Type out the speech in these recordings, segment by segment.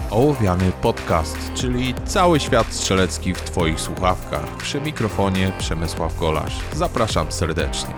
Ołowiany Podcast, czyli cały świat strzelecki w Twoich słuchawkach. Przy mikrofonie Przemysław Golasz. Zapraszam serdecznie.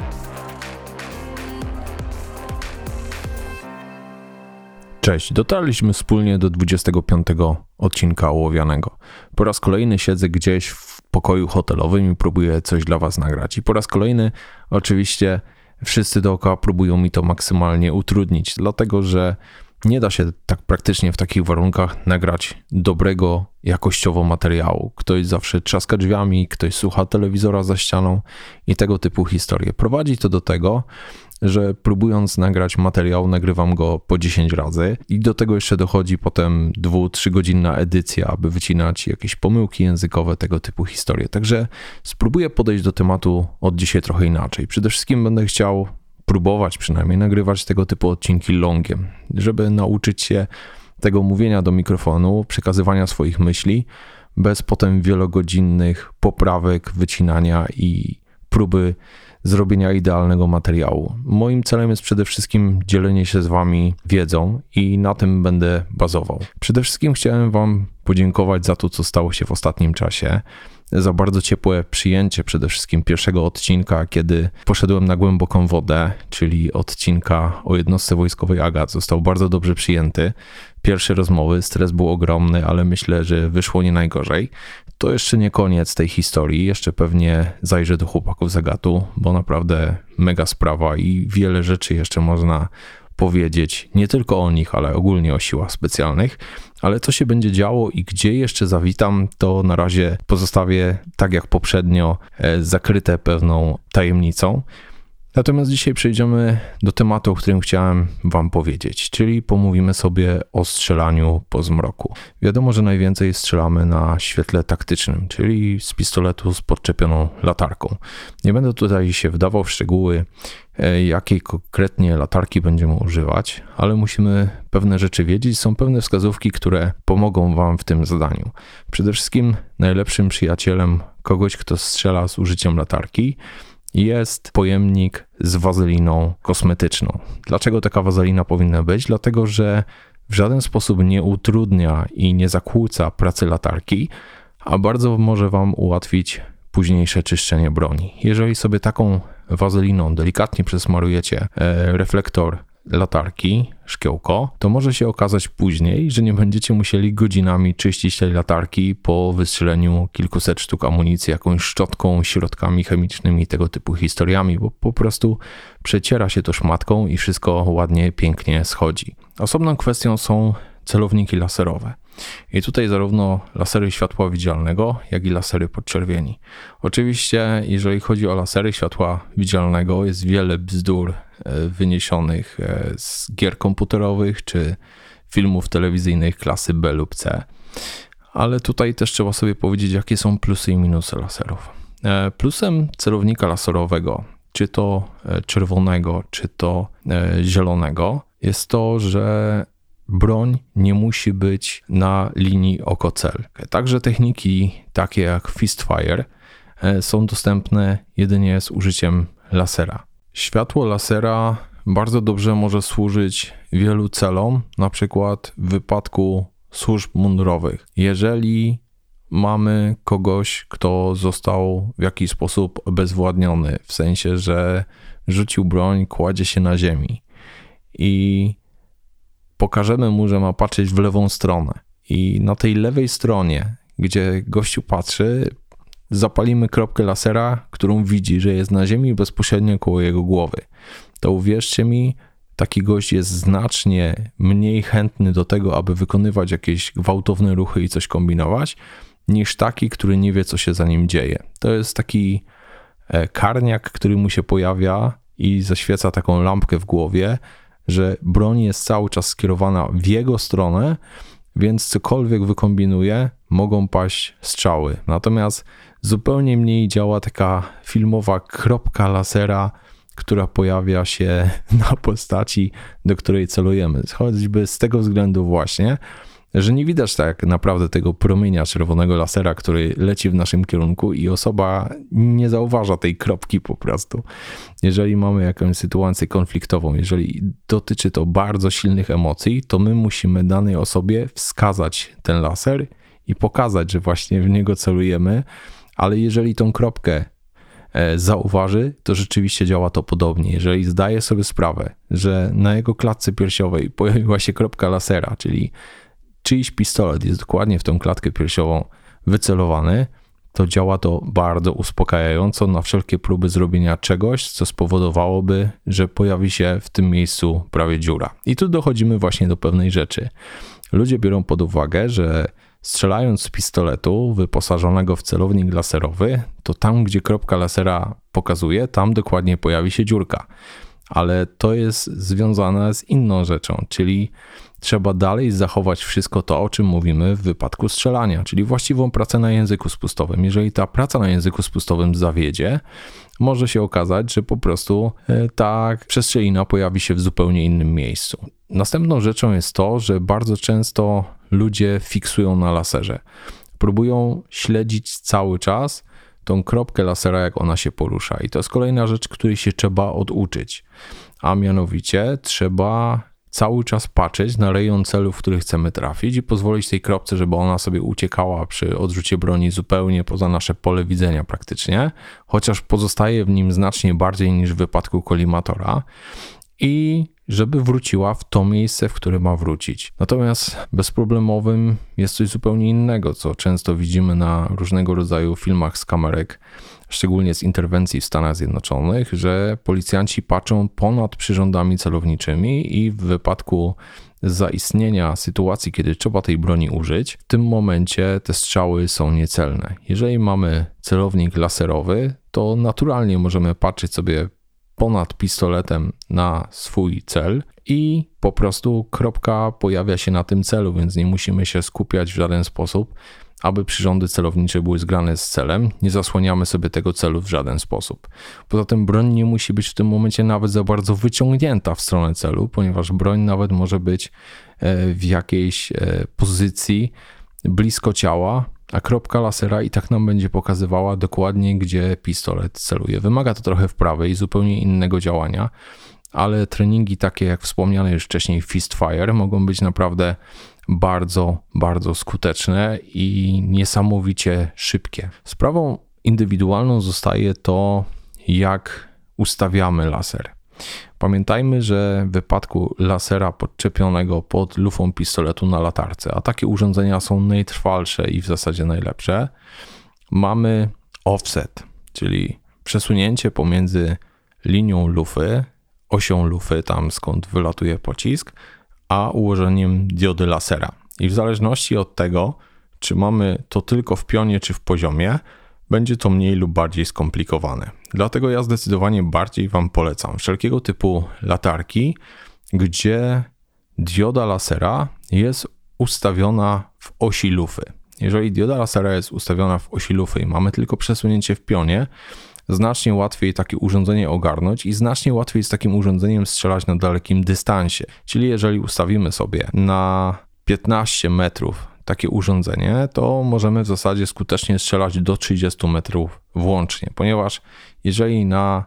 Cześć, dotarliśmy wspólnie do 25 odcinka Ołowianego. Po raz kolejny siedzę gdzieś w pokoju hotelowym i próbuję coś dla Was nagrać. I po raz kolejny oczywiście wszyscy dookoła próbują mi to maksymalnie utrudnić, dlatego że nie da się tak praktycznie w takich warunkach nagrać dobrego jakościowo materiału. Ktoś zawsze trzaska drzwiami, ktoś słucha telewizora za ścianą i tego typu historie. Prowadzi to do tego, że próbując nagrać materiał, nagrywam go po 10 razy i do tego jeszcze dochodzi potem 2-3 godzinna edycja, aby wycinać jakieś pomyłki językowe, tego typu historie. Także spróbuję podejść do tematu od dzisiaj trochę inaczej. Przede wszystkim będę chciał próbować przynajmniej nagrywać tego typu odcinki longiem, żeby nauczyć się tego mówienia do mikrofonu, przekazywania swoich myśli, bez potem wielogodzinnych poprawek, wycinania i próby zrobienia idealnego materiału. Moim celem jest przede wszystkim dzielenie się z Wami wiedzą i na tym będę bazował. Przede wszystkim chciałem Wam podziękować za to, co stało się w ostatnim czasie, za bardzo ciepłe przyjęcie przede wszystkim pierwszego odcinka, kiedy poszedłem na głęboką wodę, czyli odcinka o jednostce wojskowej Agat. Został bardzo dobrze przyjęty. Pierwsze rozmowy, stres był ogromny, ale myślę, że wyszło nie najgorzej. To jeszcze nie koniec tej historii, jeszcze pewnie zajrzę do chłopaków z Agatu, bo naprawdę mega sprawa i wiele rzeczy jeszcze można powiedzieć, nie tylko o nich, ale ogólnie o siłach specjalnych, ale co się będzie działo i gdzie jeszcze zawitam, to na razie pozostawię tak jak poprzednio zakryte pewną tajemnicą. Natomiast dzisiaj przejdziemy do tematu, o którym chciałem Wam powiedzieć, czyli pomówimy sobie o strzelaniu po zmroku. Wiadomo, że najwięcej strzelamy na świetle taktycznym, czyli z pistoletu z podczepioną latarką. Nie będę tutaj się wdawał w szczegóły, jakiej konkretnie latarki będziemy używać, ale musimy pewne rzeczy wiedzieć. Są pewne wskazówki, które pomogą Wam w tym zadaniu. Przede wszystkim najlepszym przyjacielem kogoś, kto strzela z użyciem latarki, jest pojemnik z wazeliną kosmetyczną. Dlaczego taka wazelina powinna być? Dlatego, że w żaden sposób nie utrudnia i nie zakłóca pracy latarki, a bardzo może Wam ułatwić późniejsze czyszczenie broni. Jeżeli sobie taką wazeliną delikatnie przesmarujecie reflektor latarki, szkiełko, to może się okazać później, że nie będziecie musieli godzinami czyścić tej latarki po wystrzeleniu kilkuset sztuk amunicji jakąś szczotką, środkami chemicznymi, tego typu historiami, bo po prostu przeciera się to szmatką i wszystko ładnie, pięknie schodzi. Osobną kwestią są celowniki laserowe. I tutaj zarówno lasery światła widzialnego, jak i lasery podczerwieni. Oczywiście, jeżeli chodzi o lasery światła widzialnego, jest wiele bzdur wyniesionych z gier komputerowych czy filmów telewizyjnych klasy B lub C. Ale tutaj też trzeba sobie powiedzieć, jakie są plusy i minusy laserów. Plusem celownika laserowego, czy to czerwonego, czy to zielonego, jest to, że broń nie musi być na linii oko-cel. Także techniki takie jak Fistfire są dostępne jedynie z użyciem lasera. Światło lasera bardzo dobrze może służyć wielu celom, na przykład w wypadku służb mundurowych. Jeżeli mamy kogoś, kto został w jakiś sposób obezwładniony, w sensie, że rzucił broń, kładzie się na ziemi i pokażemy mu, że ma patrzeć w lewą stronę i na tej lewej stronie, gdzie gościu patrzy, zapalimy kropkę lasera, którą widzi, że jest na ziemi bezpośrednio koło jego głowy. To uwierzcie mi, taki gość jest znacznie mniej chętny do tego, aby wykonywać jakieś gwałtowne ruchy i coś kombinować, niż taki, który nie wie, co się za nim dzieje. To jest taki karniak, który mu się pojawia i zaświeca taką lampkę w głowie, że broń jest cały czas skierowana w jego stronę, więc cokolwiek wykombinuje, mogą paść strzały. Natomiast zupełnie mniej działa taka filmowa kropka lasera, która pojawia się na postaci, do której celujemy. Choćby z tego względu właśnie, że nie widać tak naprawdę tego promienia czerwonego lasera, który leci w naszym kierunku i osoba nie zauważa tej kropki po prostu. Jeżeli mamy jakąś sytuację konfliktową, jeżeli dotyczy to bardzo silnych emocji, to my musimy danej osobie wskazać ten laser i pokazać, że właśnie w niego celujemy, ale jeżeli tą kropkę zauważy, to rzeczywiście działa to podobnie. Jeżeli zdaje sobie sprawę, że na jego klatce piersiowej pojawiła się kropka lasera, czyli czyjś pistolet jest dokładnie w tą klatkę piersiową wycelowany, to działa to bardzo uspokajająco na wszelkie próby zrobienia czegoś, co spowodowałoby, że pojawi się w tym miejscu prawie dziura. I tu dochodzimy właśnie do pewnej rzeczy. Ludzie biorą pod uwagę, że strzelając z pistoletu wyposażonego w celownik laserowy, to tam, gdzie kropka lasera pokazuje, tam dokładnie pojawi się dziurka. Ale to jest związane z inną rzeczą, czyli trzeba dalej zachować wszystko to, o czym mówimy w wypadku strzelania, czyli właściwą pracę na języku spustowym. Jeżeli ta praca na języku spustowym zawiedzie, może się okazać, że po prostu ta przestrzelina pojawi się w zupełnie innym miejscu. Następną rzeczą jest to, że bardzo często ludzie fiksują na laserze. Próbują śledzić cały czas tą kropkę lasera, jak ona się porusza. I to jest kolejna rzecz, której się trzeba oduczyć. A mianowicie trzeba cały czas patrzeć na rejon celu, w który chcemy trafić i pozwolić tej kropce, żeby ona sobie uciekała przy odrzucie broni zupełnie poza nasze pole widzenia praktycznie, chociaż pozostaje w nim znacznie bardziej niż w wypadku kolimatora i żeby wróciła w to miejsce, w które ma wrócić. Natomiast bezproblemowym jest coś zupełnie innego, co często widzimy na różnego rodzaju filmach z kamerek, szczególnie z interwencji w Stanach Zjednoczonych, że policjanci patrzą ponad przyrządami celowniczymi i w wypadku zaistnienia sytuacji, kiedy trzeba tej broni użyć, w tym momencie te strzały są niecelne. Jeżeli mamy celownik laserowy, to naturalnie możemy patrzeć sobie ponad pistoletem na swój cel i po prostu kropka pojawia się na tym celu, więc nie musimy się skupiać w żaden sposób, aby przyrządy celownicze były zgrane z celem. Nie zasłaniamy sobie tego celu w żaden sposób. Poza tym broń nie musi być w tym momencie nawet za bardzo wyciągnięta w stronę celu, ponieważ broń nawet może być w jakiejś pozycji blisko ciała, a kropka lasera i tak nam będzie pokazywała dokładnie, gdzie pistolet celuje. Wymaga to trochę wprawy i zupełnie innego działania, ale treningi takie jak wspomniane już wcześniej Fist Fire mogą być naprawdę bardzo, bardzo skuteczne i niesamowicie szybkie. Sprawą indywidualną zostaje to, jak ustawiamy laser. Pamiętajmy, że w wypadku lasera podczepionego pod lufą pistoletu na latarce, a takie urządzenia są najtrwalsze i w zasadzie najlepsze, mamy offset, czyli przesunięcie pomiędzy linią lufy, osią lufy, tam skąd wylatuje pocisk, a ułożeniem diody lasera. I w zależności od tego, czy mamy to tylko w pionie, czy w poziomie, będzie to mniej lub bardziej skomplikowane. Dlatego ja zdecydowanie bardziej Wam polecam wszelkiego typu latarki, gdzie dioda lasera jest ustawiona w osi lufy. Jeżeli dioda lasera jest ustawiona w osi lufy i mamy tylko przesunięcie w pionie, znacznie łatwiej takie urządzenie ogarnąć i znacznie łatwiej z takim urządzeniem strzelać na dalekim dystansie. Czyli jeżeli ustawimy sobie na 15 metrów takie urządzenie, to możemy w zasadzie skutecznie strzelać do 30 metrów włącznie, ponieważ jeżeli na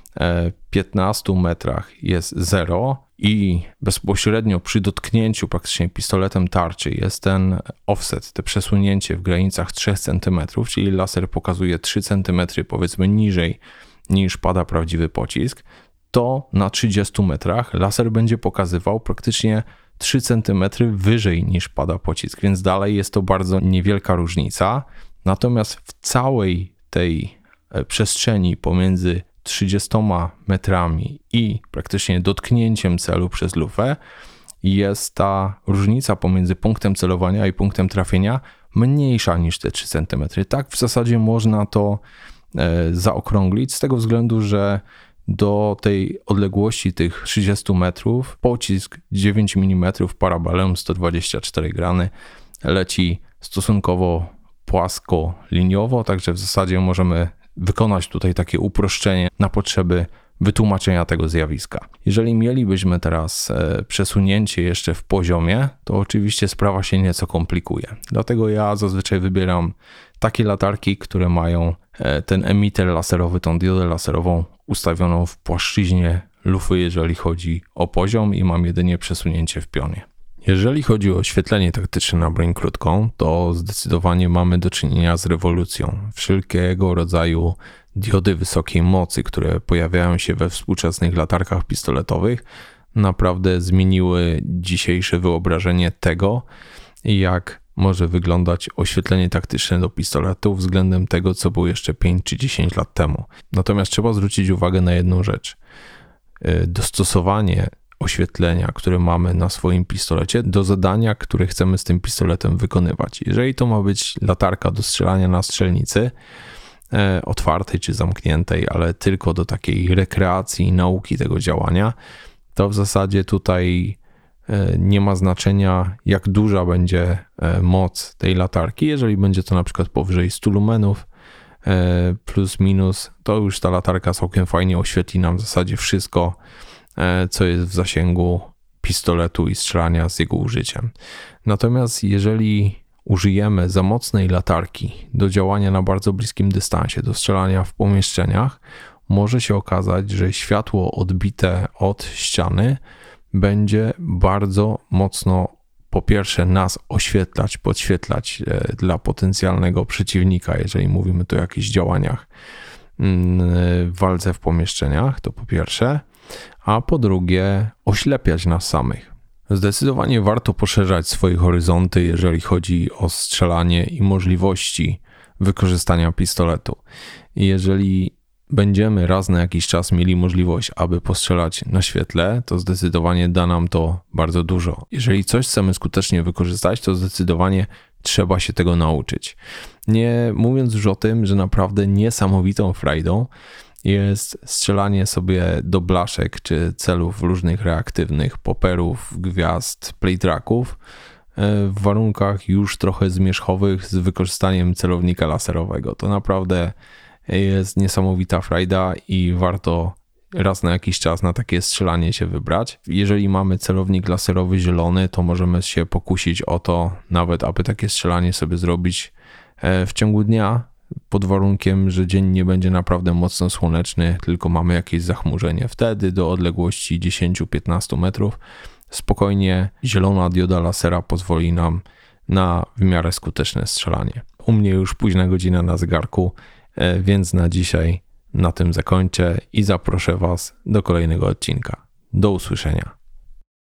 15 metrach jest 0 i bezpośrednio przy dotknięciu praktycznie pistoletem tarczy jest ten offset, te przesunięcie w granicach 3 cm, czyli laser pokazuje 3 cm powiedzmy niżej niż pada prawdziwy pocisk, to na 30 metrach laser będzie pokazywał praktycznie 3 cm wyżej niż pada pocisk, więc dalej jest to bardzo niewielka różnica. Natomiast w całej tej przestrzeni pomiędzy 30 metrami i praktycznie dotknięciem celu przez lufę jest ta różnica pomiędzy punktem celowania i punktem trafienia mniejsza niż te 3 cm. Tak w zasadzie można to zaokrąglić z tego względu, że do tej odległości tych 30 metrów pocisk 9 mm parabelem 124 grany leci stosunkowo płasko liniowo, także w zasadzie możemy wykonać tutaj takie uproszczenie na potrzeby wytłumaczenia tego zjawiska. Jeżeli mielibyśmy teraz przesunięcie jeszcze w poziomie, to oczywiście sprawa się nieco komplikuje. Dlatego ja zazwyczaj wybieram takie latarki, które mają ten emiter laserowy, tą diodę laserową ustawioną w płaszczyźnie lufy, jeżeli chodzi o poziom i mam jedynie przesunięcie w pionie. Jeżeli chodzi o oświetlenie taktyczne na broń krótką, to zdecydowanie mamy do czynienia z rewolucją. Wszelkiego rodzaju diody wysokiej mocy, które pojawiają się we współczesnych latarkach pistoletowych, naprawdę zmieniły dzisiejsze wyobrażenie tego, jak może wyglądać oświetlenie taktyczne do pistoletu względem tego, co było jeszcze 5 czy 10 lat temu. Natomiast trzeba zwrócić uwagę na jedną rzecz. Dostosowanie oświetlenia, które mamy na swoim pistolecie, do zadania, które chcemy z tym pistoletem wykonywać. Jeżeli to ma być latarka do strzelania na strzelnicy, otwartej czy zamkniętej, ale tylko do takiej rekreacji i nauki tego działania, to w zasadzie tutaj nie ma znaczenia, jak duża będzie moc tej latarki. Jeżeli będzie to na przykład powyżej 100 lumenów plus minus, to już ta latarka całkiem fajnie oświetli nam w zasadzie wszystko, co jest w zasięgu pistoletu i strzelania z jego użyciem. Natomiast jeżeli użyjemy za mocnej latarki do działania na bardzo bliskim dystansie, do strzelania w pomieszczeniach, może się okazać, że światło odbite od ściany będzie bardzo mocno po pierwsze nas oświetlać, podświetlać dla potencjalnego przeciwnika, jeżeli mówimy tu o jakichś działaniach w walce w pomieszczeniach, to po pierwsze, a po drugie oślepiać nas samych. Zdecydowanie warto poszerzać swoje horyzonty, jeżeli chodzi o strzelanie i możliwości wykorzystania pistoletu. Jeżeli będziemy raz na jakiś czas mieli możliwość, aby postrzelać na świetle, to zdecydowanie da nam to bardzo dużo. Jeżeli coś chcemy skutecznie wykorzystać, to zdecydowanie trzeba się tego nauczyć. Nie mówiąc już o tym, że naprawdę niesamowitą frajdą jest strzelanie sobie do blaszek czy celów różnych reaktywnych, poperów, gwiazd, playtracków w warunkach już trochę zmierzchowych z wykorzystaniem celownika laserowego. To naprawdę jest niesamowita frajda i warto raz na jakiś czas na takie strzelanie się wybrać. Jeżeli mamy celownik laserowy zielony, to możemy się pokusić o to, nawet aby takie strzelanie sobie zrobić w ciągu dnia, pod warunkiem, że dzień nie będzie naprawdę mocno słoneczny, tylko mamy jakieś zachmurzenie. Wtedy do odległości 10-15 metrów spokojnie zielona dioda lasera pozwoli nam na w miarę skuteczne strzelanie. U mnie już późna godzina na zegarku, więc na dzisiaj na tym zakończę i zaproszę Was do kolejnego odcinka. Do usłyszenia.